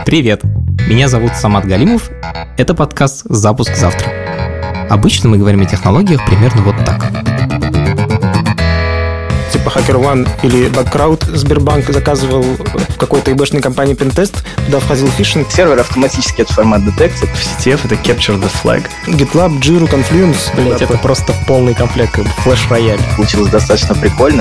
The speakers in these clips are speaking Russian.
Привет! Меня зовут Самат Галимов. Это подкаст «Запуск завтра». Обычно мы говорим о технологиях примерно вот так. Типа HackerOne или Bugcrowd Сбербанк заказывал в какой-то ИБшной компании пентест, туда входил фишинг. Сервер автоматически этот формат детектит. В CTF это Capture the Flag. GitLab, Jira, Confluence. Блять, это просто полный комплект, флеш-рояль. Получилось достаточно прикольно.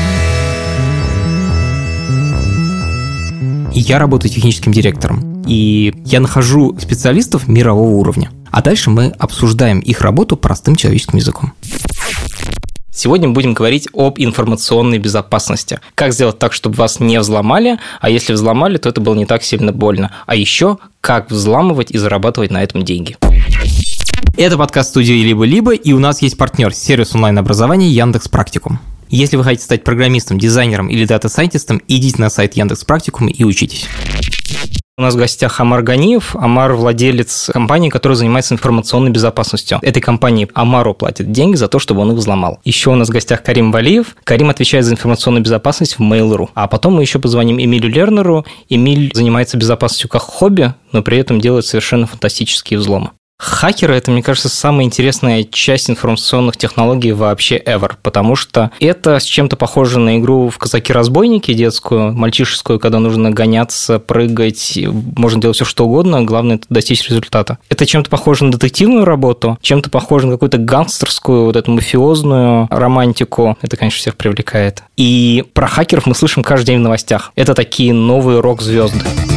Я работаю техническим директором, и я нахожу специалистов мирового уровня. А дальше мы обсуждаем их работу простым человеческим языком. Сегодня мы будем говорить об информационной безопасности. Как сделать так, чтобы вас не взломали, а если взломали, то это было не так сильно больно. А еще, как взламывать и зарабатывать на этом деньги. Это подкаст студии «Либо-либо», и у нас есть партнер, сервис онлайн-образования Яндекс.Практикум. Если вы хотите стать программистом, дизайнером или дата-сайентистом, идите на сайт Яндекс.Практикума и учитесь. У нас в гостях Амар Ганиев. Амар – владелец компании, которая занимается информационной безопасностью. Этой компании Амару платят деньги за то, чтобы он их взломал. Еще у нас в гостях Карим Валиев. Карим отвечает за информационную безопасность в Mail.ru. А потом мы еще позвоним Эмилю Лернеру. Эмиль занимается безопасностью как хобби, но при этом делает совершенно фантастические взломы. Хакеры – это, мне кажется, самая интересная часть информационных технологий вообще ever, потому что это с чем-то похоже на игру в «Казаки-разбойники» детскую, мальчишескую, когда нужно гоняться, прыгать, можно делать все что угодно, главное – это достичь результата. Это чем-то похоже на детективную работу, чем-то похоже на какую-то гангстерскую, вот эту мафиозную романтику. Это, конечно, всех привлекает. И про хакеров мы слышим каждый день в новостях. Это такие новые рок-звезды.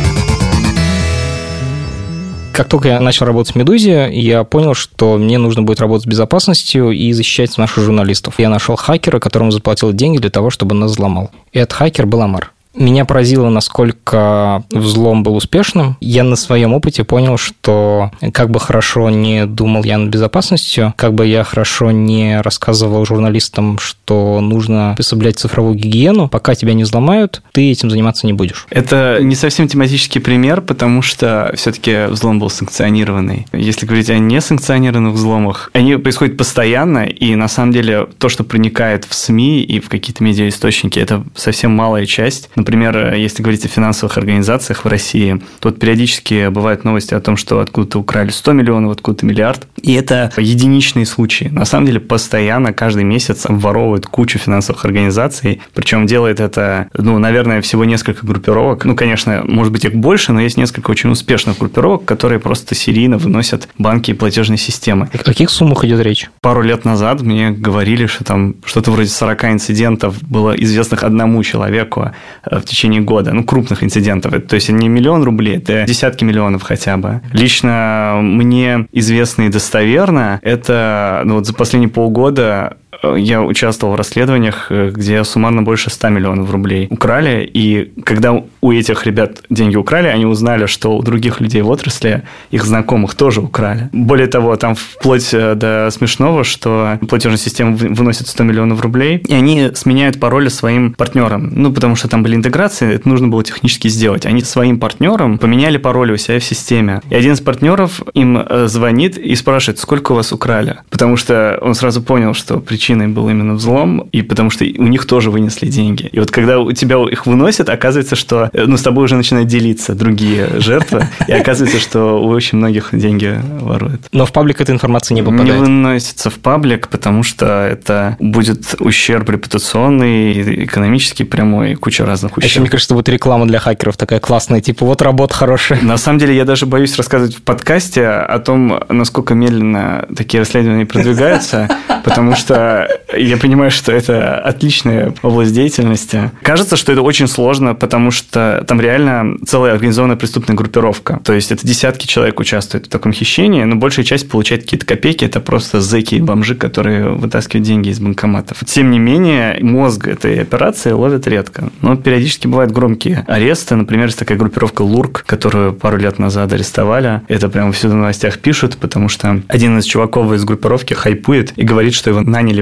Как только я начал работать в «Медузе», я понял, что мне нужно будет работать с безопасностью и защищать наших журналистов. Я нашел хакера, которому заплатил деньги для того, чтобы нас взломал. И этот хакер был Амар. Меня поразило, насколько взлом был успешным. Я на своем опыте понял, что как бы хорошо не думал я над безопасностью, как бы я хорошо не рассказывал журналистам, что нужно соблюдать цифровую гигиену, пока тебя не взломают, ты этим заниматься не будешь. Это не совсем тематический пример, потому что все-таки взлом был санкционированный. Если говорить о несанкционированных взломах, они происходят постоянно, и на самом деле то, что проникает в СМИ и в какие-то медиаисточники, это совсем малая часть. Например, если говорить о финансовых организациях в России, то периодически бывают новости о том, что откуда-то украли 100 миллионов, откуда-то миллиард. И это единичные случаи. На самом деле, постоянно, каждый месяц обворовывают кучу финансовых организаций. Причем делает это, наверное, всего несколько группировок. Конечно, может быть, их больше, но есть несколько очень успешных группировок, которые просто серийно выносят банки и платежные системы. О каких суммах идет речь? Пару лет назад мне говорили, что там что-то вроде 40 инцидентов было известных одному человеку в течение года, крупных инцидентов. То есть, не 1 миллион рублей, это десятки миллионов хотя бы. Лично мне известно и достоверно, это вот за последние полгода я участвовал в расследованиях, где суммарно больше 100 миллионов рублей украли, и когда у этих ребят деньги украли, они узнали, что у других людей в отрасли, их знакомых тоже украли. Более того, там вплоть до смешного, что платежная система выносит 100 миллионов рублей, и они сменяют пароли своим партнерам. Потому что там были интеграции, это нужно было технически сделать. Они своим партнерам поменяли пароли у себя в системе. И один из партнеров им звонит и спрашивает, сколько у вас украли? Потому что он сразу понял, что причиной был именно взлом, и потому что у них тоже вынесли деньги. И вот когда у тебя их выносят, оказывается, что с тобой уже начинают делиться другие жертвы, и оказывается, что у очень многих деньги воруют. Но в паблик эта информация не попадает? Не выносится в паблик, потому что это будет ущерб репутационный, экономический прямой, куча разных ущербов. Еще, мне кажется, будет реклама для хакеров такая классная, типа вот работа хорошая. На самом деле, я даже боюсь рассказывать в подкасте о том, насколько медленно такие расследования продвигаются, потому что я понимаю, что это отличная область деятельности. Кажется, что это очень сложно, потому что там реально целая организованная преступная группировка. То есть, это десятки человек участвуют в таком хищении, но большая часть получает какие-то копейки. Это просто зэки и бомжи, которые вытаскивают деньги из банкоматов. Тем не менее, мозг этой операции ловят редко. Но периодически бывают громкие аресты. Например, есть такая группировка ЛУРК, которую пару лет назад арестовали. Это прямо всюду в новостях пишут, потому что один из чуваков из группировки хайпует и говорит, что его наняли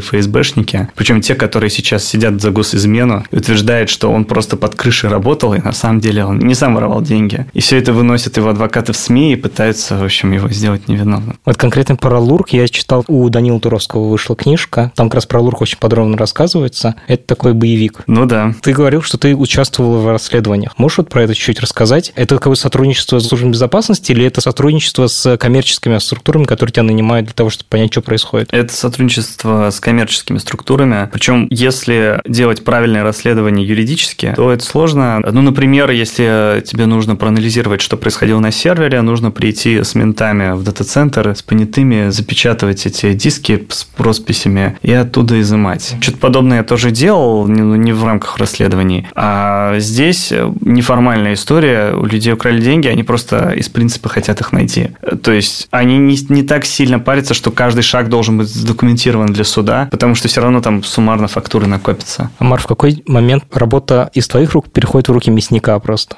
ФСБшники, причем те, которые сейчас сидят за госизмену и утверждают, что он просто под крышей работал, и на самом деле он не сам воровал деньги. И все это выносят его адвокаты в СМИ и пытаются, в общем, его сделать невиновным. Вот конкретно про Лурк я читал, у Данила Туровского вышла книжка, там как раз про Лурк очень подробно рассказывается. Это такой боевик. Ну да. Ты говорил, что ты участвовал в расследованиях. Можешь вот про это чуть-чуть рассказать? Это какое сотрудничество с службой безопасности или это сотрудничество с коммерческими структурами, которые тебя нанимают для того, чтобы понять, что происходит? Это сотрудничество с коммерческими структурами. Причем, если делать правильное расследование юридически, то это сложно. Ну, например, если тебе нужно проанализировать, что происходило на сервере, нужно прийти с ментами в дата-центр, с понятыми, запечатывать эти диски с росписями и оттуда изымать. Что-то подобное я тоже делал, не в рамках расследований. А здесь неформальная история. У людей украли деньги, они просто из принципа хотят их найти. То есть они не так сильно парятся, что каждый шаг должен быть задокументирован для суда, потому что все равно там суммарно фактуры накопятся. Амар, в какой момент работа из твоих рук переходит в руки мясника просто?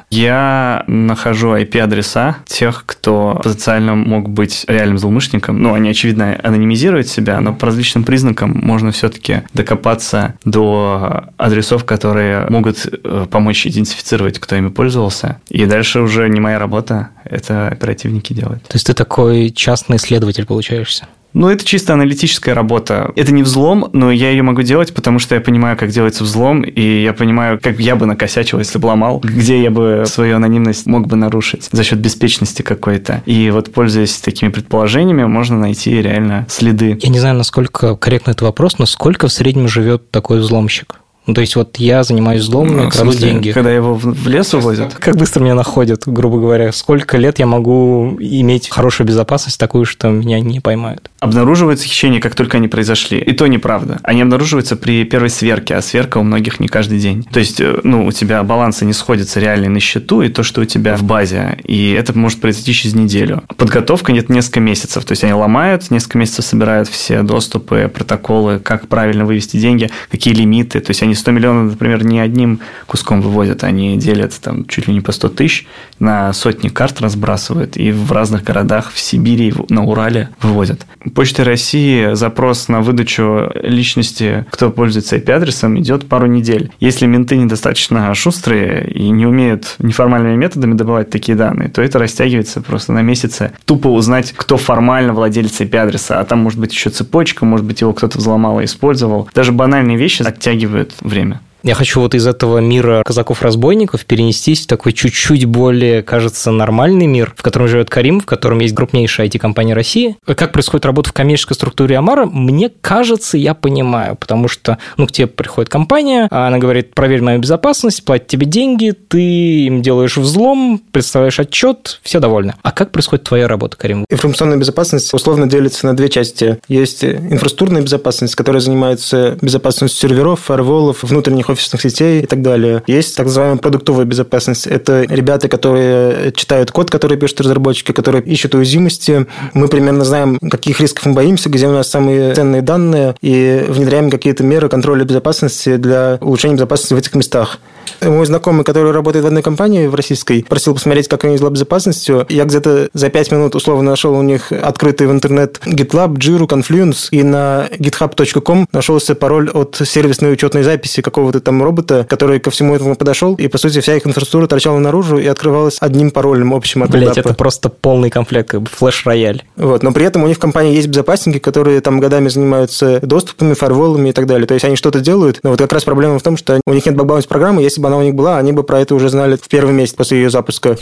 Я нахожу IP-адреса тех, кто потенциально мог быть реальным злоумышленником. Ну, они, очевидно, анонимизируют себя, но по различным признакам можно все-таки докопаться до адресов, которые могут помочь идентифицировать, кто ими пользовался. И дальше уже не моя работа, это оперативники делают. То есть ты такой частный исследователь получаешься? Ну, это чисто аналитическая работа. Это не взлом, но я ее могу делать, потому что я понимаю, как делается взлом, и я понимаю, как я бы накосячил, если бы ломал, где я бы свою анонимность мог бы нарушить за счет беспечности какой-то. И вот, пользуясь такими предположениями, можно найти реально следы. Я не знаю, насколько корректно этот вопрос, но сколько в среднем живет такой взломщик? Ну, то есть, вот я занимаюсь взломом, краду деньги. Когда его в лес увозят? Как быстро меня находят, грубо говоря? Сколько лет я могу иметь хорошую безопасность такую, что меня не поймают? Обнаруживаются хищения, как только они произошли. И то неправда. Они обнаруживаются при первой сверке, а сверка у многих не каждый день. То есть, у тебя балансы не сходятся реально на счету и то, что у тебя в базе. И это может произойти через неделю. Подготовка нет несколько месяцев. То есть, они ломают, несколько месяцев собирают все доступы, протоколы, как правильно вывести деньги, какие лимиты. То есть, они 100 миллионов, например, не одним куском вывозят, они делят там чуть ли не по 100 тысяч, на сотни карт разбрасывают и в разных городах, в Сибири, на Урале вывозят. Почтой России запрос на выдачу личности, кто пользуется IP-адресом, идет пару недель. Если менты недостаточно шустрые и не умеют неформальными методами добывать такие данные, то это растягивается просто на месяцы. Тупо узнать, кто формально владелец IP-адреса, а там может быть еще цепочка, может быть его кто-то взломал и использовал. Даже банальные вещи оттягивают время. Я хочу вот из этого мира казаков-разбойников перенестись в такой чуть-чуть более, кажется, нормальный мир, в котором живет Карим, в котором есть крупнейшая IT-компания России. Как происходит работа в коммерческой структуре Амара, мне кажется, я понимаю, потому что, к тебе приходит компания, она говорит, проверь мою безопасность, платит тебе деньги, ты им делаешь взлом, представляешь отчет, все довольны. А как происходит твоя работа, Карим? Информационная безопасность условно делится на две части. Есть инфраструктурная безопасность, которая занимается безопасностью серверов, фаерволов, внутренних офисных сетей и так далее. Есть так называемая продуктовая безопасность. Это ребята, которые читают код, который пишут разработчики, которые ищут уязвимости. Мы примерно знаем, каких рисков мы боимся, где у нас самые ценные данные, и внедряем какие-то меры контроля безопасности для улучшения безопасности в этих местах. Мой знакомый, который работает в одной компании в российской, просил посмотреть, как у них дела безопасностью. Я где-то за 5 минут условно нашел у них открытый в интернет GitLab, Jira, Confluence, и на github.com нашелся пароль от сервисной учетной записи какого-то там робота, который ко всему этому подошел, и, по сути, вся их инфраструктура торчала наружу и открывалась одним паролем общим от GitLab. Это просто полный комплект, как бы флеш-рояль. Вот, но при этом у них в компании есть безопасники, которые там годами занимаются доступами, фаерволами и так далее. То есть они что-то делают, но вот как раз проблема в том, что у них нет баг-баунти программы, если бы она у них была, они бы про это уже знали в первый месяц после ее запуска.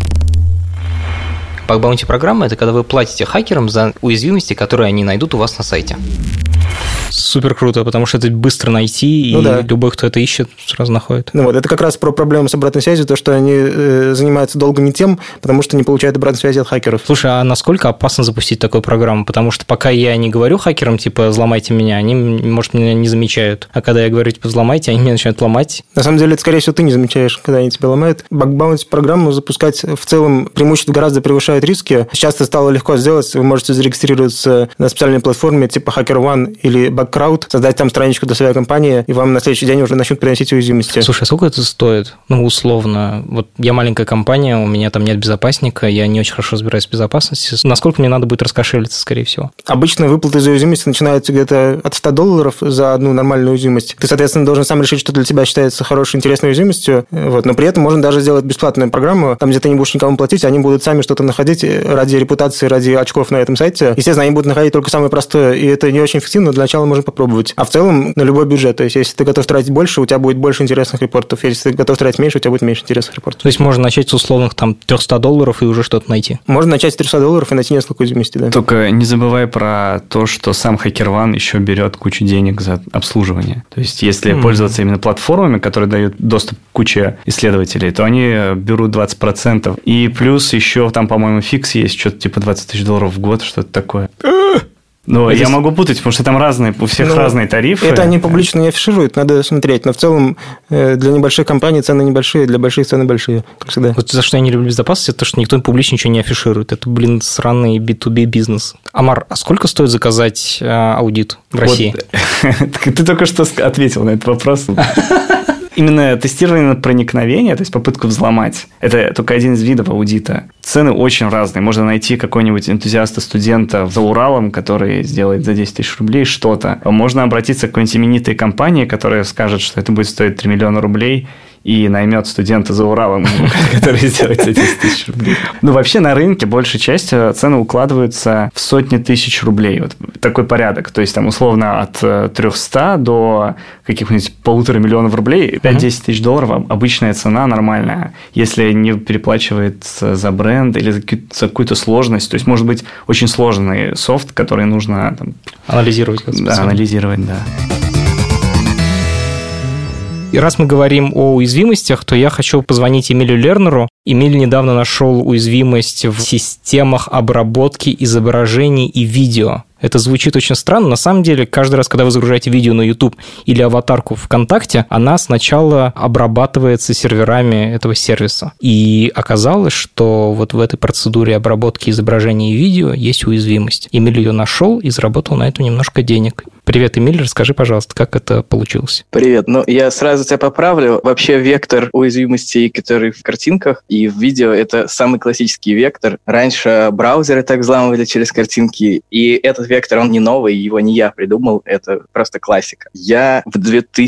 Баг-баунти программа – это когда вы платите хакерам за уязвимости, которые они найдут у вас на сайте. Супер круто, потому что это быстро найти, и любой, кто это ищет, сразу находит. Это как раз про проблему с обратной связью, то, что они занимаются долго не тем, потому что не получают обратной связи от хакеров. Слушай, а насколько опасно запустить такую программу? Потому что пока я не говорю хакерам, типа, взломайте меня, они, может, меня не замечают. А когда я говорю, типа, взломайте, они меня начинают ломать. На самом деле, это, скорее всего, ты не замечаешь, когда они тебя ломают. Баг-баунти программу запускать в целом преимущество гораздо превышает риски. Сейчас это стало легко сделать. Вы можете зарегистрироваться на специальной платформе типа HackerOne или бэккрауд, создать там страничку для своей компании, и вам на следующий день уже начнут приносить уязвимости. Слушай, а сколько это стоит? Ну, условно. Вот я маленькая компания, у меня там нет безопасника, я не очень хорошо разбираюсь в безопасности. Насколько мне надо будет раскошелиться, скорее всего? Обычно выплаты за уязвимость начинаются где-то от $100 за одну нормальную уязвимость. Ты, соответственно, должен сам решить, что для тебя считается хорошей, интересной уязвимостью, но при этом можно даже сделать бесплатную программу, там, где ты не будешь никому платить, они будут сами что-то находить ради репутации, ради очков на этом сайте. Естественно, они будут находить только самое простое, и это не очень эффективно, для начала можно попробовать. А в целом на любой бюджет. То есть, если ты готов тратить больше, у тебя будет больше интересных репортов. Если ты готов тратить меньше, у тебя будет меньше интересных репортов. То есть, можно начать с условных там $300 и уже что-то найти? Можно начать с $300 и найти несколько уязвимостей, да. Только не забывай про то, что сам HackerOne еще берет кучу денег за обслуживание. То есть, если пользоваться именно платформами, которые дают доступ к куче исследователей, то они берут 20%. И плюс еще там, по-моему, фикс есть, что-то типа $20 000 в год, что-то такое. Но я могу путать, потому что там разные, у всех разные тарифы. Это они публично не афишируют, надо смотреть. Но в целом для небольших компаний цены небольшие, для больших цены большие, как всегда. Вот за что я не люблю безопасность, это то, что никто публично ничего не афиширует. Это, сраный B2B бизнес. Амар, а сколько стоит заказать аудит в России? Ты только что ответил на этот вопрос. Именно тестирование на проникновение, то есть попытку взломать, это только один из видов аудита. Цены очень разные. Можно найти какого-нибудь энтузиаста-студента за Уралом, который сделает за 10 000 рублей что-то. Можно обратиться к какой-нибудь именитой компании, которая скажет, что это будет стоить 3 миллиона рублей, и наймет студента за Уралом, который сделает за 10 000 рублей. Ну, вообще на рынке большей частью цены укладываются в сотни тысяч рублей. Вот такой порядок. То есть, там, условно, от 300 до каких-нибудь 1,5 миллиона рублей, 5-10 тысяч долларов – обычная цена нормальная, если не переплачивает за бренд или за какую-то сложность. То есть, может быть, очень сложный софт, который нужно там, анализировать. Да, анализировать, да. И раз мы говорим о уязвимостях, то я хочу позвонить Эмилю Лернеру. Эмиль недавно нашел уязвимость в системах обработки изображений и видео. Это звучит очень странно. На самом деле, каждый раз, когда вы загружаете видео на YouTube или аватарку ВКонтакте, она сначала обрабатывается серверами этого сервиса. И оказалось, что вот в этой процедуре обработки изображений и видео есть уязвимость. Эмиль ее нашел и заработал на это немножко денег. Привет, Эмиль, расскажи, пожалуйста, как это получилось? Привет. Ну, я сразу тебя поправлю. Вообще, вектор уязвимостей, который в картинках и в видео, это самый классический вектор. Раньше браузеры так взламывали через картинки, и этот вектор, он не новый, его не я придумал, это просто классика. Я в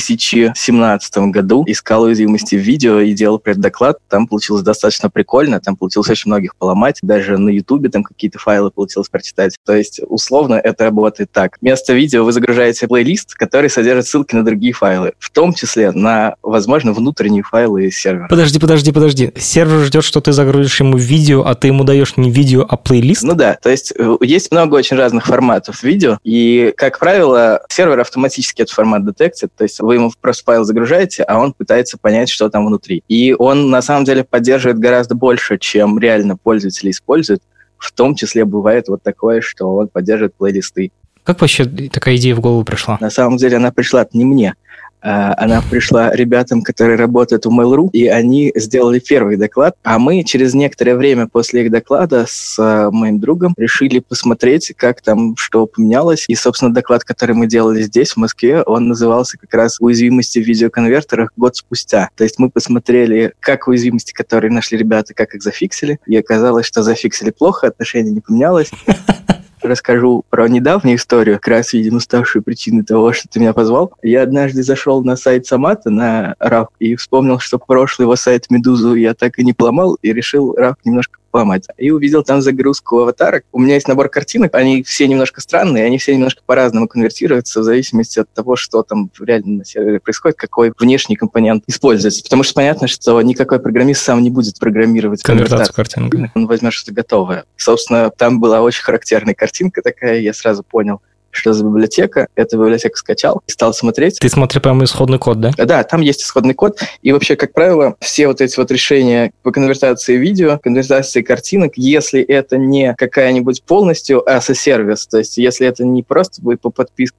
2017 году искал уязвимости в видео и делал преддоклад. Там получилось достаточно прикольно, там получилось очень многих поломать. Даже на Ютубе там какие-то файлы получилось прочитать. То есть, условно, это работает так. Вместо видео вы загружаете плейлист, который содержит ссылки на другие файлы, в том числе на, возможно, внутренние файлы сервера. Подожди. Сервер ждет, что ты загрузишь ему видео, а ты ему даешь не видео, а плейлист? Ну да, то есть есть много очень разных форматов видео, и, как правило, сервер автоматически этот формат детектит, то есть вы ему просто файл загружаете, а он пытается понять, что там внутри. И он, на самом деле, поддерживает гораздо больше, чем реально пользователи используют. В том числе бывает вот такое, что он поддерживает плейлисты. Как вообще такая идея в голову пришла? На самом деле она пришла не мне. Она пришла ребятам, которые работают в Mail.ru, и они сделали первый доклад, а мы через некоторое время после их доклада с моим другом решили посмотреть, как там что поменялось. И, собственно, доклад, который мы делали здесь, в Москве, он назывался как раз «Уязвимости в видеоконвертерах год спустя». То есть мы посмотрели, как уязвимости, которые нашли ребята, как их зафиксили, и оказалось, что зафиксили плохо, отношение не поменялось. Расскажу про недавнюю историю, как раз, видимо, ставшую причиной того, что ты меня позвал. Я однажды зашел на сайт Самата, на RAW, и вспомнил, что прошлый его сайт Медузу я так и не поломал, и решил RAW немножко поломать. И увидел там загрузку аватарок. У меня есть набор картинок, они все немножко странные, они все немножко по-разному конвертируются в зависимости от того, что там реально на сервере происходит, какой внешний компонент используется. Потому что понятно, что никакой программист сам не будет программировать конвертацию картинок. Он возьмет что-то готовое. Собственно, там была очень характерная картинка такая, я сразу понял, что за библиотека. Эту библиотеку скачал и стал смотреть. Ты смотрел прямо исходный код, да? Да, там есть исходный код. И вообще, как правило, все вот эти вот решения по конвертации видео, конвертации картинок, если это не какая-нибудь полностью as a service, то есть если это не просто будет по подписке в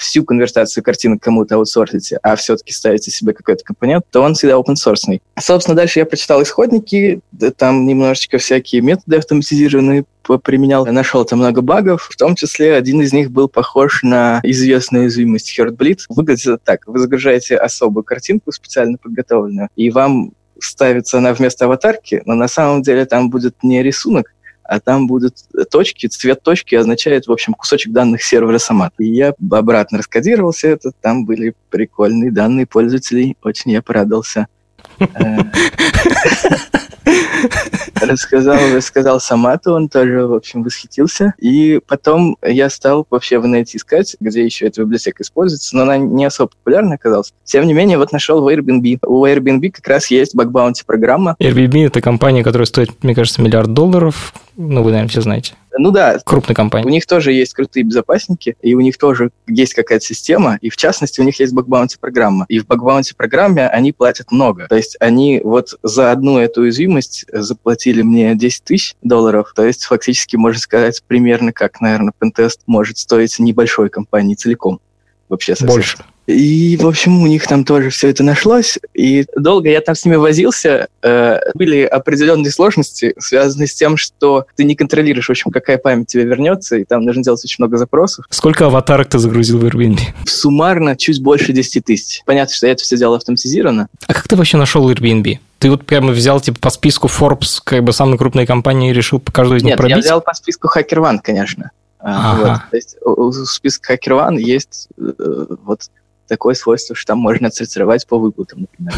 всю конвертацию картинок кому-то аутсорсите, а все-таки ставите себе какой-то компонент, то он всегда open-source. Собственно, дальше я прочитал исходники, там немножечко всякие методы автоматизированные применял. Я нашел там много багов, в том числе один из них был похож на известную уязвимость Heartbleed. Выглядит это так. Вы загружаете особую картинку, специально подготовленную, и вам ставится она вместо аватарки, но на самом деле там будет не рисунок, а там будут точки, цвет точки означает, в общем, кусочек данных сервера Самат. И я обратно раскодировал все это, там были прикольные данные пользователей, очень я порадовался. Рассказал Самату, он тоже, в общем, восхитился. И потом я стал вообще в инете искать, где еще эта библиотека используется, но она не особо популярна оказалась. Тем не менее, вот нашел в Airbnb. У Airbnb как раз есть баг-баунти программа. Airbnb – это компания, которая стоит, мне кажется, $1 миллиард. Ну, вы, наверное, все знаете. Ну да. Крупная компания. У них тоже есть крутые безопасники, и у них тоже есть какая-то система, и в частности у них есть баг-баунти программа. И в баг-баунти программе они платят много. То есть они вот за одну эту уязвимость заплатили мне $10 000, то есть фактически, можно сказать, примерно как, наверное, пентест может стоить небольшой компании целиком. Вообще совсем. Больше. И, в общем, у них там тоже все это нашлось, и долго я там с ними возился. Были определенные сложности, связанные с тем, что ты не контролируешь, в общем, какая память тебе вернется, и там нужно делать очень много запросов. Сколько аватарок ты загрузил в Airbnb? Суммарно чуть больше 10 000. Понятно, что я это все делал автоматизированно. А как ты вообще нашел Airbnb? Ты вот прямо взял типа по списку Forbes, как бы самые крупные компании, и решил по каждой из них пробить? Нет, я взял по списку HackerOne, конечно. Ага. Вот. То есть у списка HackerOne есть вот такое свойство, что там можно отсортировать по выплатам, например.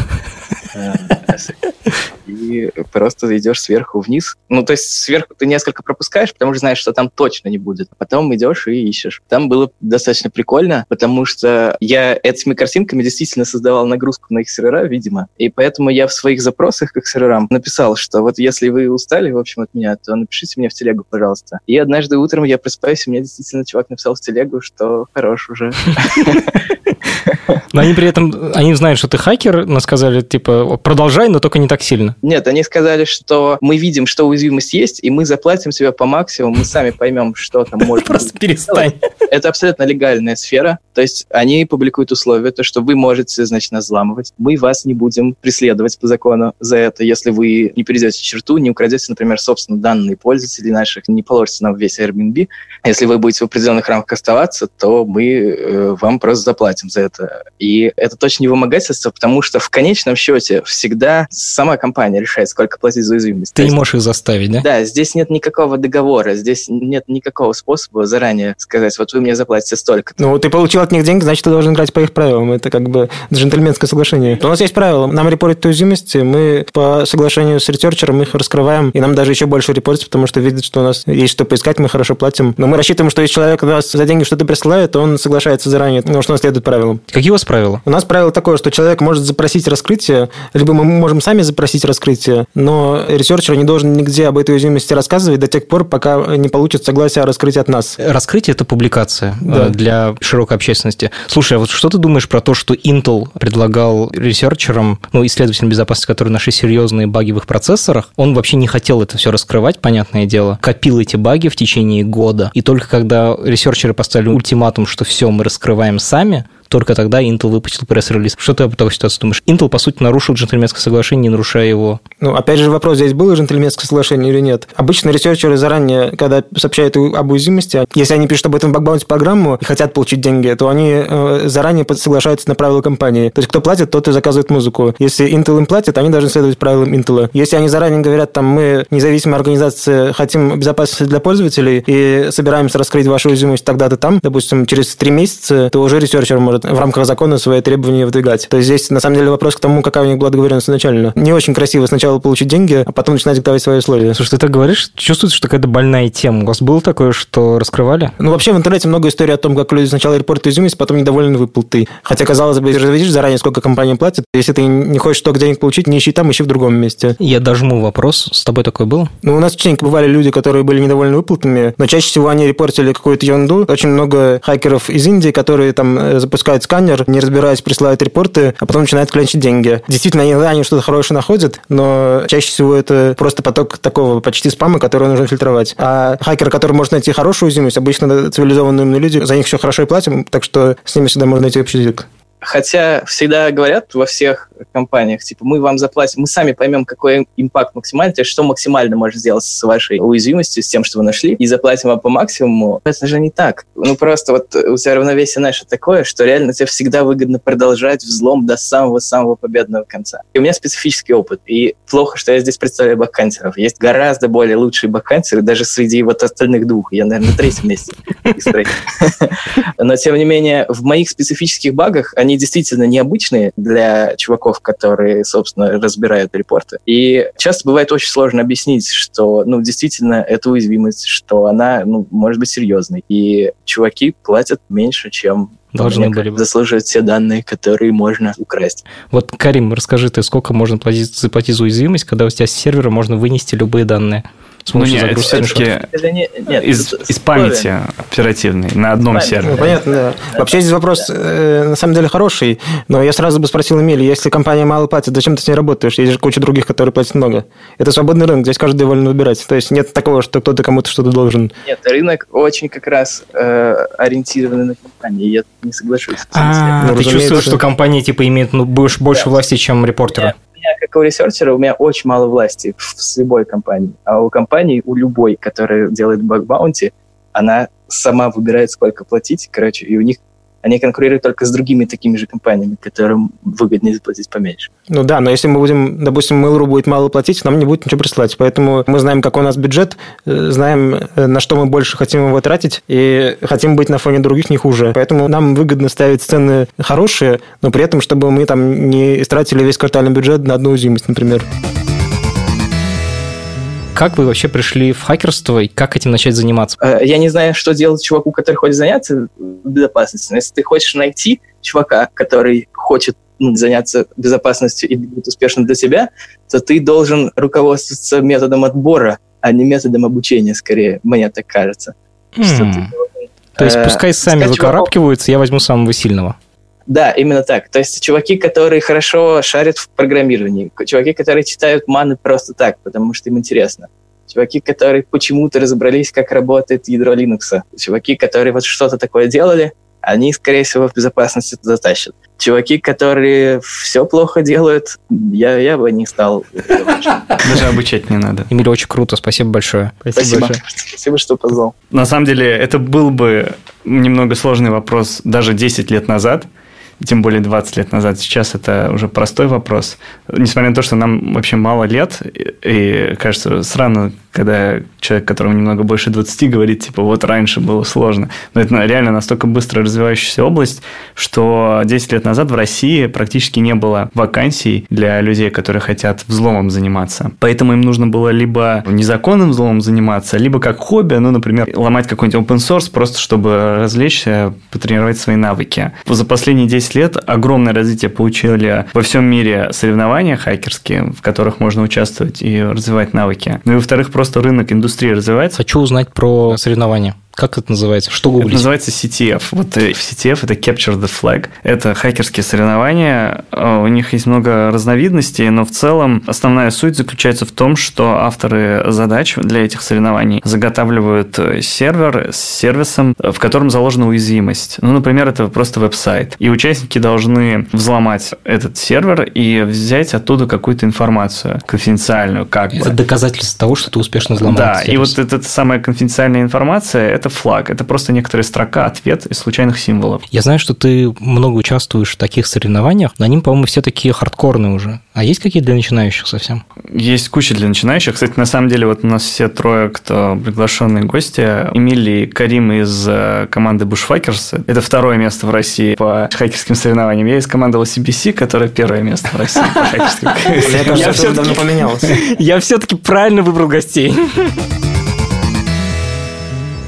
И просто идешь сверху вниз. Ну, то есть сверху ты несколько пропускаешь, потому что знаешь, что там точно не будет. Потом идешь и ищешь. Там было достаточно прикольно, потому что я этими картинками действительно создавал нагрузку на их сервера, видимо. И поэтому я в своих запросах к их серверам написал, что вот если вы устали, в общем, от меня, то напишите мне в телегу, пожалуйста. И однажды утром я просыпаюсь, и мне действительно чувак написал в телегу, что хорош уже. Но они при этом, они знают, что ты хакер, но сказали, типа, продолжай, но только не так сильно. Нет, они сказали, что мы видим, что уязвимость есть, и мы заплатим себе по максимуму, мы сами поймем, что там можно. Просто перестань. Это абсолютно легальная сфера, то есть они публикуют условия, то, что вы можете, значит, нас взламывать, мы вас не будем преследовать по закону за это, если вы не перейдете черту, не украдете, например, собственно, данные пользователей наших, не положите нам весь Airbnb. Если вы будете в определенных рамках оставаться, то мы вам просто заплатим за это. И это точно не вымогательство, потому что в конечном счете всегда сама компания решает, сколько платить за уязвимость. Ты не можешь их заставить, да? Да, здесь нет никакого договора, здесь нет никакого способа заранее сказать, вот вы мне заплатите столько. Ну, ты получил от них деньги, значит, ты должен играть по их правилам. Это как бы джентльменское соглашение. У нас есть правило. Нам репортят уязвимости, мы по соглашению с ресерчером их раскрываем, и нам даже еще больше репортят, потому что видят, что у нас есть что поискать, мы хорошо платим. Но мы рассчитываем, что если человек нас за деньги что-то присылает, то он соглашается заранее, потому что он следует правилам. Какие у вас правила? У нас правило такое, что человек может запросить раскрытие, либо мы можем сами запросить раскрытие, но ресерчер не должен нигде об этой уязвимости рассказывать до тех пор, пока не получит согласие о раскрытии от нас. Раскрытие – это публикация для широкой общественности. Слушай, а вот что ты думаешь про то, что Intel предлагал ресерчерам, ну, исследователям безопасности, которые нашли серьезные баги в их процессорах, он вообще не хотел это все раскрывать, понятное дело, копил эти баги в течение года, и только когда ресерчеры поставили ультиматум, что все, мы раскрываем сами, только тогда Intel выпустил пресс-релиз. Что ты об этой ситуации думаешь? Intel, по сути, нарушил джентльменское соглашение, не нарушая его. Ну, опять же, вопрос, здесь было джентльменское соглашение или нет. Обычно ресерчеры заранее, когда сообщают об уязвимости, если они пишут об этом в баг-баунти программу и хотят получить деньги, то они заранее соглашаются на правила компании. То есть, кто платит, тот и заказывает музыку. Если Intel им платит, они должны следовать правилам Intel. Если они заранее говорят, там, мы независимая организация, хотим безопасности для пользователей и собираемся раскрыть вашу уязвимость тогда-то там, допустим, через 3 месяца, то уже ресерчер может в рамках закона свои требования выдвигать. То есть здесь, на самом деле, вопрос к тому, какая у них была договоренность изначально. Не очень красиво сначала получить деньги, а потом начинать диктовать свои условия. Слушай, ты так говоришь, чувствуется, что какая-то больная тема. У вас было такое, что раскрывали? Ну, вообще в интернете много историй о том, как люди сначала репортят уязвимость, потом недовольны выплатой. Хотя, казалось бы, если видишь заранее, сколько компания платит, если ты не хочешь столько денег получить, не ищи там, ищи в другом месте. Я дожму вопрос. С тобой такое было? Ну, у нас частенько бывали люди, которые были недовольны выплатами, но чаще всего они репортили какую-то ерунду. Очень много хакеров из Индии, которые там запускали запускают сканер, не разбираясь, присылают репорты, а потом начинают клянчить деньги. Действительно, иногда они что-то хорошее находят, но чаще всего это просто поток такого почти спама, который нужно фильтровать. А хакер, который может найти хорошую уязвимость, обычно цивилизованные умные люди, за них все хорошо и платим, так что с ними всегда можно найти общий язык. Хотя всегда говорят во всех компаниях, типа, мы вам заплатим, мы сами поймем, какой импакт максимальный, то есть что максимально можно сделать с вашей уязвимостью, с тем, что вы нашли, и заплатим вам по максимуму. Это же не так. Ну, просто вот у тебя равновесие наше такое, что реально тебе всегда выгодно продолжать взлом до самого-самого победного конца. И у меня специфический опыт. И плохо, что я здесь представляю бэкхантеров. Есть гораздо более лучшие бэкхантеры, даже среди вот остальных двух. Я, наверное, на третьем месте. Но, тем не менее, в моих специфических багах они действительно необычные для чуваков, которые, собственно, разбирают репорты. И часто бывает очень сложно объяснить, что, ну, действительно, это уязвимость, что она, ну, может быть серьезной. И чуваки платят меньше, чем должны были бы заслуживать все данные, которые можно украсть. Вот, Карим, расскажи ты, сколько можно заплатить за уязвимость, когда у тебя с сервера можно вынести любые данные? Это все-таки из памяти оперативной на одном сервере. Ну, понятно, да. Вообще здесь вопрос на самом деле хороший, но я сразу бы спросил Эмили, если компания мало платит, зачем ты с ней работаешь? Есть же куча других, которые платят много. Это свободный рынок, здесь каждый волен выбирать. То есть нет такого, что кто-то кому-то что-то должен. Нет, рынок очень как раз ориентированный на компании, я не соглашусь. Ты чувствуешь, что компания типа имеет больше власти, чем репортеры? Как у ресерчера, у меня очень мало власти с любой компанией. А у компании, у любой, которая делает баг-баунти, она сама выбирает, сколько платить, короче, и у них они конкурируют только с другими такими же компаниями, которым выгоднее заплатить поменьше. Ну да, но если мы будем, допустим, Mail.ru будет мало платить, нам не будет ничего присылать. Поэтому мы знаем, какой у нас бюджет, знаем, на что мы больше хотим его тратить, и хотим быть на фоне других не хуже. Поэтому нам выгодно ставить цены хорошие, но при этом, чтобы мы там не истратили весь квартальный бюджет на одну уязвимость, например. Как вы вообще пришли в хакерство и как этим начать заниматься? Я не знаю, что делать чуваку, который хочет заняться безопасностью. Но если ты хочешь найти чувака, который хочет заняться безопасностью и будет успешным для тебя, то ты должен руководствоваться методом отбора, а не методом обучения, скорее, мне так кажется. То есть пускай сами выкарабкиваются, я возьму самого сильного. Да, именно так. То есть чуваки, которые хорошо шарят в программировании, чуваки, которые читают маны просто так, потому что им интересно. Чуваки, которые почему-то разобрались, как работает ядро Linux. Чуваки, которые вот что-то такое делали, они, скорее всего, в безопасности это затащат. Чуваки, которые все плохо делают, я бы не стал. Даже обучать не надо. Эмиль, очень круто, спасибо большое. Спасибо, что позвал. На самом деле, это был бы немного сложный вопрос даже 10 лет назад, тем более 20 лет назад. Сейчас это уже простой вопрос. Несмотря на то, что нам вообще мало лет, и кажется странно, когда человек, которому немного больше 20, говорит, типа, вот раньше было сложно. Но это реально настолько быстро развивающаяся область, что 10 лет назад в России практически не было вакансий для людей, которые хотят взломом заниматься. Поэтому им нужно было либо незаконным взломом заниматься, либо как хобби, ну, например, ломать какой-нибудь open source, просто чтобы развлечься, потренировать свои навыки. За последние 10 лет огромное развитие получили во всем мире соревнования хакерские, в которых можно участвовать и развивать навыки. Ну и, во-вторых, просто рынок индустрии развивается. Хочу узнать про соревнования. Как это называется? Что гуглить? Это называется CTF. Вот CTF – это Capture the Flag. Это хакерские соревнования. У них есть много разновидностей, но в целом основная суть заключается в том, что авторы задач для этих соревнований заготавливают сервер с сервисом, в котором заложена уязвимость. Ну, например, это просто веб-сайт. И участники должны взломать этот сервер и взять оттуда какую-то информацию конфиденциальную. Это доказательство того, что ты успешно взломал сервис. Да, и вот эта самая конфиденциальная информация – это флаг. Это просто некоторая строка, ответ из случайных символов. Я знаю, что ты много участвуешь в таких соревнованиях, но они, по-моему, все такие хардкорные уже. А есть какие-то для начинающих совсем? Есть куча для начинающих. Кстати, на самом деле, вот у нас все трое, кто приглашенные гости, Эмиль и Карим из команды Bushfuckers. Это второе место в России по хакерским соревнованиям. Я из команды LCBC, которая первое место в России по хакерским соревнованиям. Мне кажется, это давно поменялось. Я все-таки правильно выбрал гостей.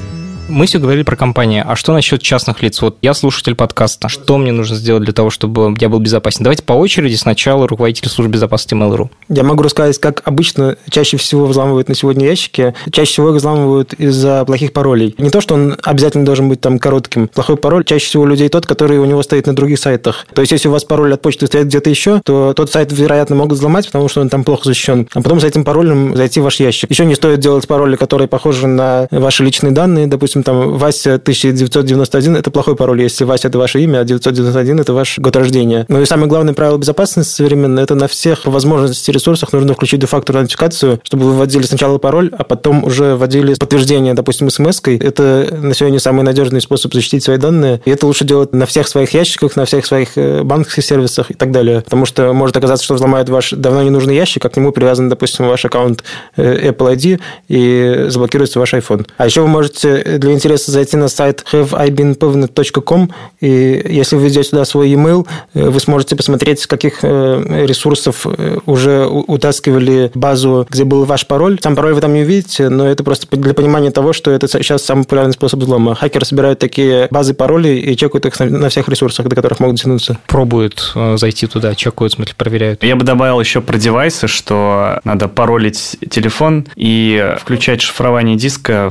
Мы все говорили про компании. А что насчет частных лиц? Вот я слушатель подкаста. Что мне нужно сделать для того, чтобы я был безопасен? Давайте по очереди. Сначала руководитель службы безопасности Mail.ru. Я могу рассказать, как обычно чаще всего взламывают на сегодня ящики. Чаще всего их взламывают из-за плохих паролей. Не то, что он обязательно должен быть там коротким. Плохой пароль чаще всего у людей тот, который у него стоит на других сайтах. То есть, если у вас пароль от почты стоит где-то еще, то тот сайт, вероятно, могут взломать, потому что он там плохо защищен. А потом с этим паролем зайти в ваш ящик. Еще не стоит делать пароли, которые похожи на ваши личные данные. Допустим, там Вася 1991 – это плохой пароль, если Вася – это ваше имя, а 991 – это ваш год рождения. Ну и самое главное правило безопасности современное – это на всех возможностях и ресурсах нужно включить двухфакторную аутентификацию, чтобы вы вводили сначала пароль, а потом уже вводили подтверждение, допустим, смс-кой. Это на сегодня самый надежный способ защитить свои данные. И это лучше делать на всех своих ящиках, на всех своих банковских сервисах и так далее. Потому что может оказаться, что взломают ваш давно ненужный ящик, а к нему привязан, допустим, ваш аккаунт Apple ID и заблокируется ваш iPhone. А еще вы можете для интереса зайти на сайт haveibeenpwned.com, и если вы введете туда свой e-mail, вы сможете посмотреть, с каких ресурсов уже утаскивали базу, где был ваш пароль. Сам пароль вы там не увидите, но это просто для понимания того, что это сейчас самый популярный способ взлома. Хакеры собирают такие базы паролей и чекают их на всех ресурсах, до которых могут дотянуться. Пробуют зайти туда, чекают, в смысле, проверяют. Я бы добавил еще про девайсы, что надо паролить телефон и включать шифрование диска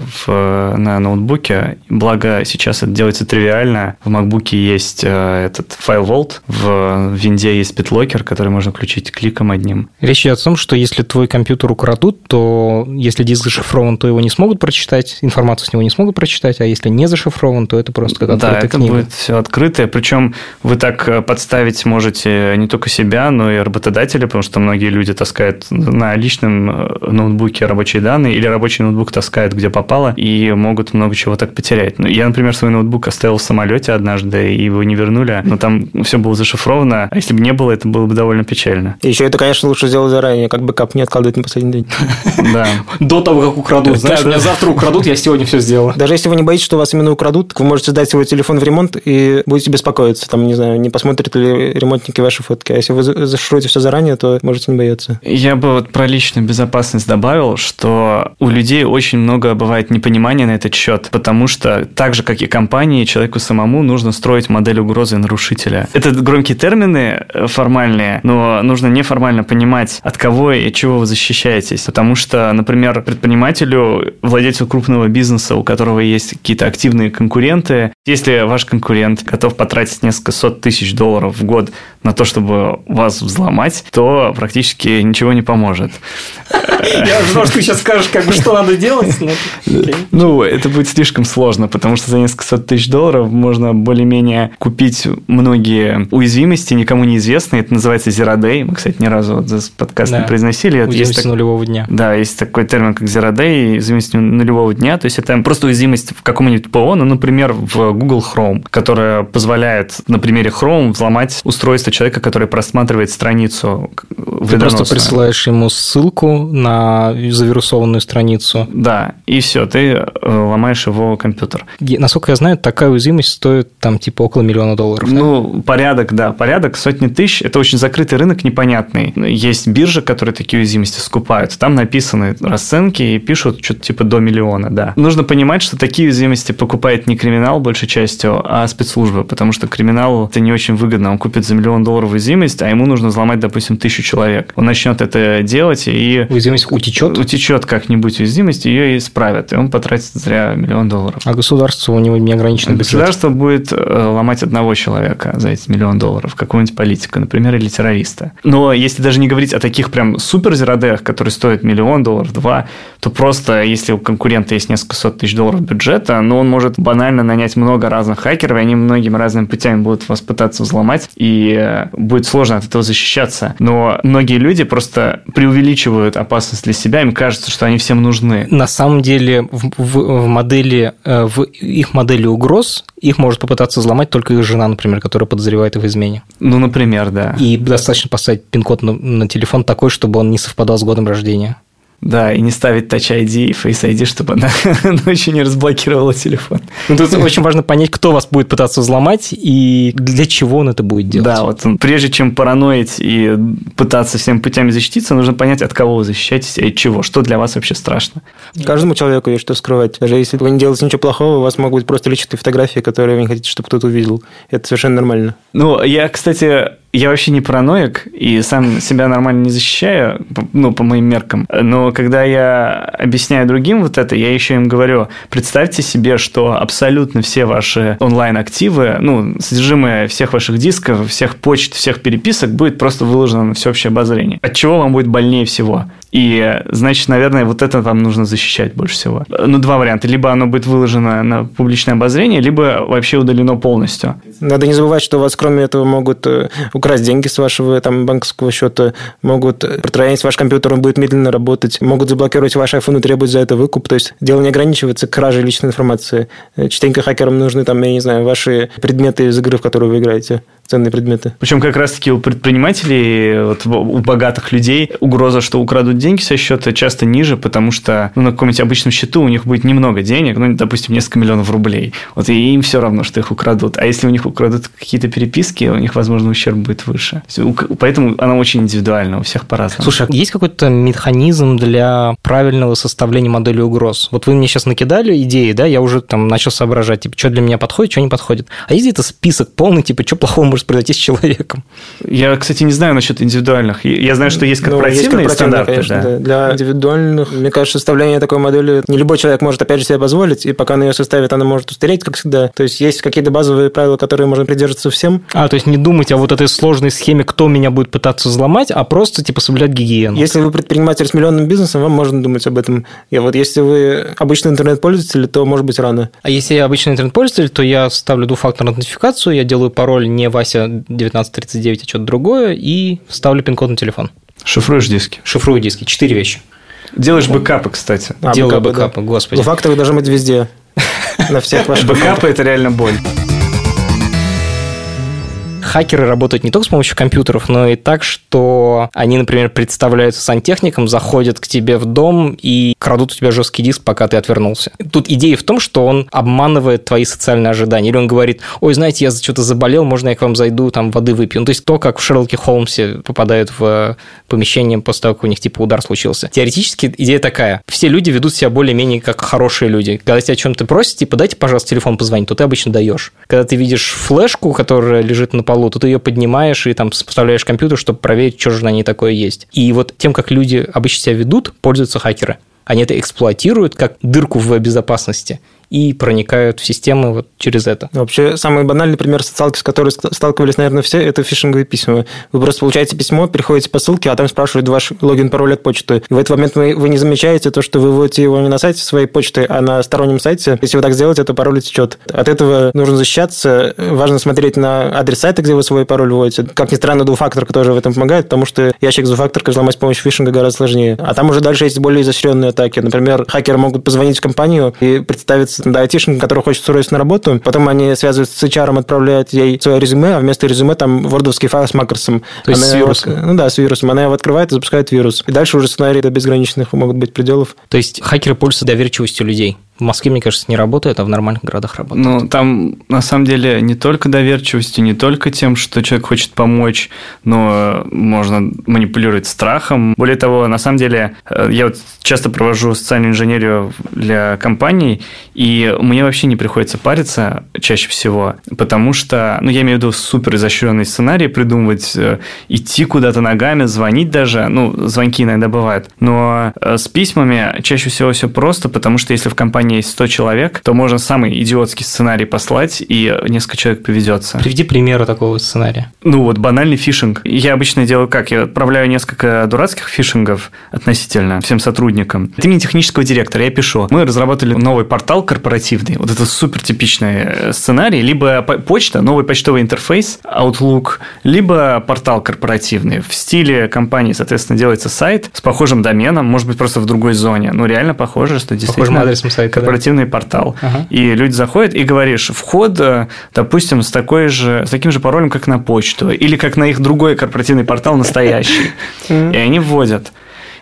на ноутбуке. Благо, сейчас это делается тривиально. В MacBook есть этот File Vault, в Винде есть BitLocker, который можно включить кликом одним. Речь идет о том, что если твой компьютер украдут, то если диск зашифрован, то его не смогут прочитать, информацию с него не смогут прочитать, а если не зашифрован, то это просто как открытая книга. Да, это будет все открытое. Причем вы так подставить можете не только себя, но и работодателя, потому что многие люди таскают на личном ноутбуке рабочие данные или рабочий ноутбук таскают где попало и могут много чего так потерять. Я, например, свой ноутбук оставил в самолете однажды, и его не вернули, но там все было зашифровано, а если бы не было, это было бы довольно печально. И еще это, конечно, лучше сделать заранее, как бэкап не откладывать на последний день. Да. До того, как украдут. Знаешь, меня завтра украдут, я сегодня все сделал. Даже если вы не боитесь, что вас именно украдут, вы можете сдать свой телефон в ремонт и будете беспокоиться. Там, не знаю, не посмотрят ли ремонтники ваши фотки. А если вы зашифруете все заранее, то можете не бояться. Я бы вот про личную безопасность добавил, что у людей очень много бывает непонимания на этот счет, потому что так же, как и компании, человеку самому нужно строить модель угрозы нарушителя. Это громкие термины формальные, но нужно неформально понимать, от кого и от чего вы защищаетесь. Потому что, например, предпринимателю, владельцу крупного бизнеса, у которого есть какие-то активные конкуренты, если ваш конкурент готов потратить несколько сот тысяч долларов в год на то, чтобы вас взломать, то практически ничего не поможет. Я ожидал, что ты сейчас скажешь, как бы, что надо делать. Ну, это будет слишком сложно, потому что за несколько сот тысяч долларов можно более-менее купить многие уязвимости, никому неизвестные. Это называется Zero Day. Мы, кстати, ни разу за подкаст не произносили. Уязвимость нулевого дня. Да, есть такой термин, как Zero Day, уязвимость нулевого дня. То есть, это просто уязвимость в каком-нибудь ПО, ну, например, в Google Chrome, которая позволяет на примере Chrome взломать устройство человека, который просматривает страницу вредоносную. Ты просто присылаешь ему ссылку на завирусованную страницу. Да, и все, ты ломаешь его компьютер. Насколько я знаю, такая уязвимость стоит там типа около $1 миллиона. Ну, порядок, сотни тысяч. Это очень закрытый рынок, непонятный. Есть биржи, которые такие уязвимости скупают. Там написаны расценки и пишут что-то типа до $1 миллиона, да. Нужно понимать, что такие уязвимости покупает не криминал большей частью, а спецслужбы, потому что криминалу это не очень выгодно. Он купит за $1 миллион уязвимость, а ему нужно взломать, допустим, 1000 человек. Он начнет это делать, и уязвимость утечет? Утечет как-нибудь уязвимость, ее и исправят, и он потратит зря $1 миллион. А государство у него неограниченный бюджет? Государство будет ломать одного человека за эти $1 миллион, какого-нибудь политика, например, или террориста. Но если даже не говорить о таких прям супер зеродеях, которые стоят $1 миллион, $2 миллиона, то просто если у конкурента есть несколько сот тысяч долларов бюджета, но он может банально нанять много разных хакеров, и они многими разными путями будут вас пытаться взломать, и будет сложно от этого защищаться. Но многие люди просто преувеличивают опасность для себя, им кажется, что они всем нужны. На самом деле в их модели угроз их может попытаться взломать только их жена, например, которая подозревает их в измене. Ну, например, да. И достаточно поставить пин-код на телефон такой, чтобы он не совпадал с годом рождения. Да, и не ставить Touch ID и Face ID, чтобы она ночью не разблокировала телефон. Тут очень важно понять, кто вас будет пытаться взломать и для чего он это будет делать. Да, вот прежде чем параноить и пытаться всеми путями защититься, нужно понять, от кого вы защищаетесь и от чего, что для вас вообще страшно. Каждому человеку есть что скрывать. Даже если вы не делаете ничего плохого, у вас могут быть просто личные фотографии, которые вы не хотите, чтобы кто-то увидел. Это совершенно нормально. Ну, я вообще не параноик и сам себя нормально не защищаю, по моим меркам. Но когда я объясняю другим вот это, я еще им говорю, представьте себе, что абсолютно все ваши онлайн-активы, содержимое всех ваших дисков, всех почт, всех переписок будет просто выложено на всеобщее обозрение. От чего вам будет больнее всего? И, значит, наверное, вот это вам нужно защищать больше всего. Два варианта. Либо оно будет выложено на публичное обозрение, либо вообще удалено полностью. Надо не забывать, что у вас, кроме этого, могут украсть деньги с вашего банковского счета, могут протаранить ваш компьютер, он будет медленно работать, могут заблокировать ваш iPhone и требовать за это выкуп. То есть дело не ограничивается кражей личной информации. Частенько хакерам нужны, ваши предметы из игры, в которую вы играете. Ценные предметы. Причем как раз-таки у предпринимателей, у богатых людей угроза, что украдут деньги со счета, часто ниже, потому что на каком-нибудь обычном счету у них будет немного денег, допустим, несколько миллионов рублей. И им все равно, что их украдут. А если у них украдут какие-то переписки, у них, возможно, ущерб будет выше. Поэтому она очень индивидуальна, у всех по-разному. Слушай, есть какой-то механизм для правильного составления модели угроз? Вот вы мне сейчас накидали идеи, да, я уже начал соображать, что для меня подходит, что не подходит. А есть где-то список полный, что плохого может произойти с человеком? Я, кстати, не знаю насчет индивидуальных. Я знаю, что есть корпоративные стандарты. Конечно, да. Для индивидуальных, мне кажется, составление такой модели не любой человек может, опять же, себе позволить, и пока она ее составит, она может устареть, как всегда. То есть какие-то базовые правила, которые можно придерживаться всем. То есть не думать о вот этой сложной схеме, кто меня будет пытаться взломать, а просто соблюдать гигиену. Если вы предприниматель с миллионным бизнесом, вам можно думать об этом. И вот если вы обычный интернет-пользователь, то может быть рано. А если я обычный интернет-пользователь, то я ставлю двухфакторную аутентификацию, я делаю пароль не Вася 1939, а что-то другое, и ставлю пин-код на телефон. Шифруешь диски? Шифрую диски. 4 вещи. Делаешь бэкапы, кстати. Делаю бэкапы, да. Господи. Двухфакторы должны быть везде. На всех ваших. Бэкапы – это реально боль. Хакеры работают не только с помощью компьютеров, но и так, что они, например, представляются сантехником, заходят к тебе в дом и крадут у тебя жесткий диск, пока ты отвернулся. Тут идея в том, что он обманывает твои социальные ожидания. Или он говорит: ой, знаете, я что-то заболел, можно я к вам зайду, воды выпью. То есть то, как в Шерлоке Холмсе попадают в помещение после того, как у них удар случился. Теоретически идея такая: все люди ведут себя более-менее как хорошие люди. Когда тебя о чем-то просят, дайте, пожалуйста, телефон позвонить, то ты обычно даешь. Когда ты видишь флешку, которая лежит на полу, то ты ее поднимаешь и вставляешь компьютер, чтобы проверить, что же на ней такое есть. И вот тем, как люди обычно себя ведут, пользуются хакеры. Они это эксплуатируют как дырку в безопасности и проникают в системы через это. Вообще, самый банальный пример социалки, с которой сталкивались, наверное, все, это фишинговые письма. Вы просто получаете письмо, переходите по ссылке, а там спрашивают ваш логин, пароль от почты. И в этот момент вы не замечаете то, что вы вводите его не на сайте своей почты, а на стороннем сайте. Если вы так сделаете, то пароль утечет. От этого нужно защищаться. Важно смотреть на адрес сайта, где вы свой пароль вводите. Как ни странно, двухфакторка тоже в этом помогает, потому что ящик с двухфакторкой взломать с помощью фишинга гораздо сложнее. А там уже дальше есть более изощренные атаки. Например, хакеры могут позвонить в компанию и представиться айтишник, который хочет устроиться на работу, потом они связываются с HR, отправляют ей свое резюме, а вместо резюме там вордовский файл с макросом. То есть с вирусом. С вирусом. Она его открывает и запускает вирус. И дальше уже сценарии до безграничных могут быть пределов. То есть хакеры пользуются доверчивостью людей. В Москве, мне кажется, не работает, а в нормальных городах работает. Там, на самом деле, не только доверчивостью, не только тем, что человек хочет помочь, но можно манипулировать страхом. Более того, на самом деле, я часто провожу социальную инженерию для компаний, и мне вообще не приходится париться чаще всего, потому что, я имею в виду супер изощренный сценарий придумывать, идти куда-то ногами, звонить даже, звонки иногда бывают, но с письмами чаще всего все просто, потому что если в компании есть 100 человек, то можно самый идиотский сценарий послать, и несколько человек поведется. Приведи примеры такого сценария. Банальный фишинг. Я обычно делаю как? Я отправляю несколько дурацких фишингов относительно всем сотрудникам. От имени технического директора я пишу: мы разработали новый портал корпоративный. Вот это супер типичный сценарий. Либо почта, новый почтовый интерфейс, Outlook, либо портал корпоративный. В стиле компании, соответственно, делается сайт с похожим доменом, может быть, просто в другой зоне. Реально похоже, что действительно... Похожим адресом сайта. Корпоративный портал. И люди заходят и говоришь: вход, допустим, с таким же паролем, как на почту, или как на их другой корпоративный портал настоящий. И они вводят.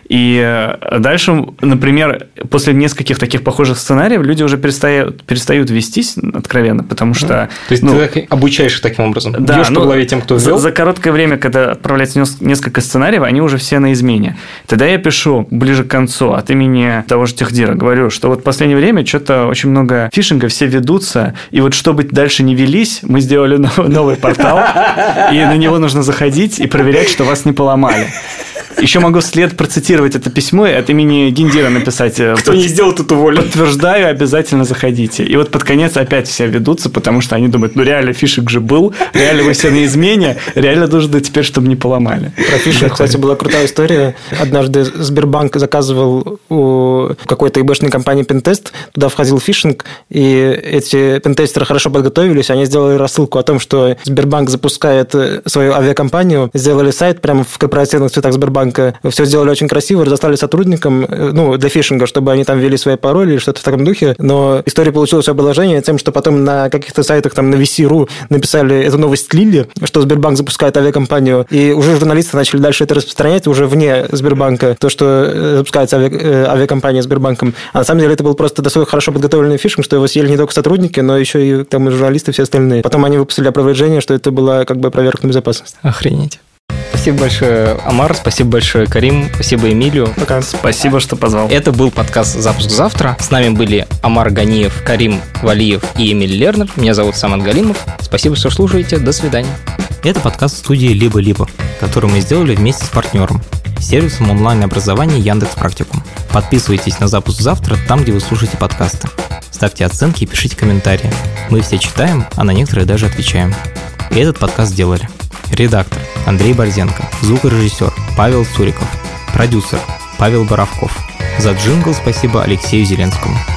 И дальше, например, после нескольких таких похожих сценариев люди уже перестают вестись откровенно, потому что... То есть ты так обучаешь их таким образом? Да, бьешь по голове тем, кто ввел? За короткое время, когда отправляется несколько сценариев, они уже все на измене. Тогда я пишу ближе к концу от имени того же техдира, говорю, что вот в последнее время что-то очень много фишинга, все ведутся, и вот чтобы дальше не велись, мы сделали новый портал, и на него нужно заходить и проверять, что вас не поломали. Еще могу вслед процитировать это письмо и от имени Гендира написать. Кто не сделал, тот уволен. Подтверждаю, обязательно заходите. И вот под конец опять все ведутся, потому что они думают, реально фишинг же был, реально вы все на измене, реально нужно теперь, чтобы не поломали. Про фишинг, кстати, была крутая история. Однажды Сбербанк заказывал у какой-то ИБшной компании пентест, туда входил фишинг, и эти пентестеры хорошо подготовились, они сделали рассылку о том, что Сбербанк запускает свою авиакомпанию, сделали сайт прямо в корпоративных цветах Сбербанка, все сделали очень красиво, разослали сотрудникам, для фишинга, чтобы они там ввели свои пароли или что-то в таком духе, но история получилась обложение тем, что потом на каких-то сайтах, там на VC.ru написали эту новость слили, что Сбербанк запускает авиакомпанию, и уже журналисты начали дальше это распространять уже вне Сбербанка, то, что запускается авиакомпания Сбербанком. А на самом деле это был просто достаточно хорошо подготовленный фишинг, что его съели не только сотрудники, но еще и там и журналисты, все остальные. Потом они выпустили опровержение, что это была как бы проверка на безопасность. Охренеть. Спасибо большое, Амар, спасибо большое, Карим, спасибо, Эмилию. Пока. Спасибо, что позвал. Это был подкаст «Запуск завтра». С нами были Амар Ганиев, Карим Валиев и Эмиль Лернер. Меня зовут Самат Галимов. Спасибо, что слушаете. До свидания. Это подкаст студии «Либо-либо», который мы сделали вместе с партнером, сервисом онлайн-образования Яндекс.Практикум. Подписывайтесь на «Запуск завтра» там, где вы слушаете подкасты. Ставьте оценки и пишите комментарии. Мы все читаем, а на некоторые даже отвечаем. И этот подкаст сделали редактор Андрей Борзенко, звукорежиссер Павел Цуриков, продюсер Павел Боровков. За джингл спасибо Алексею Зеленскому.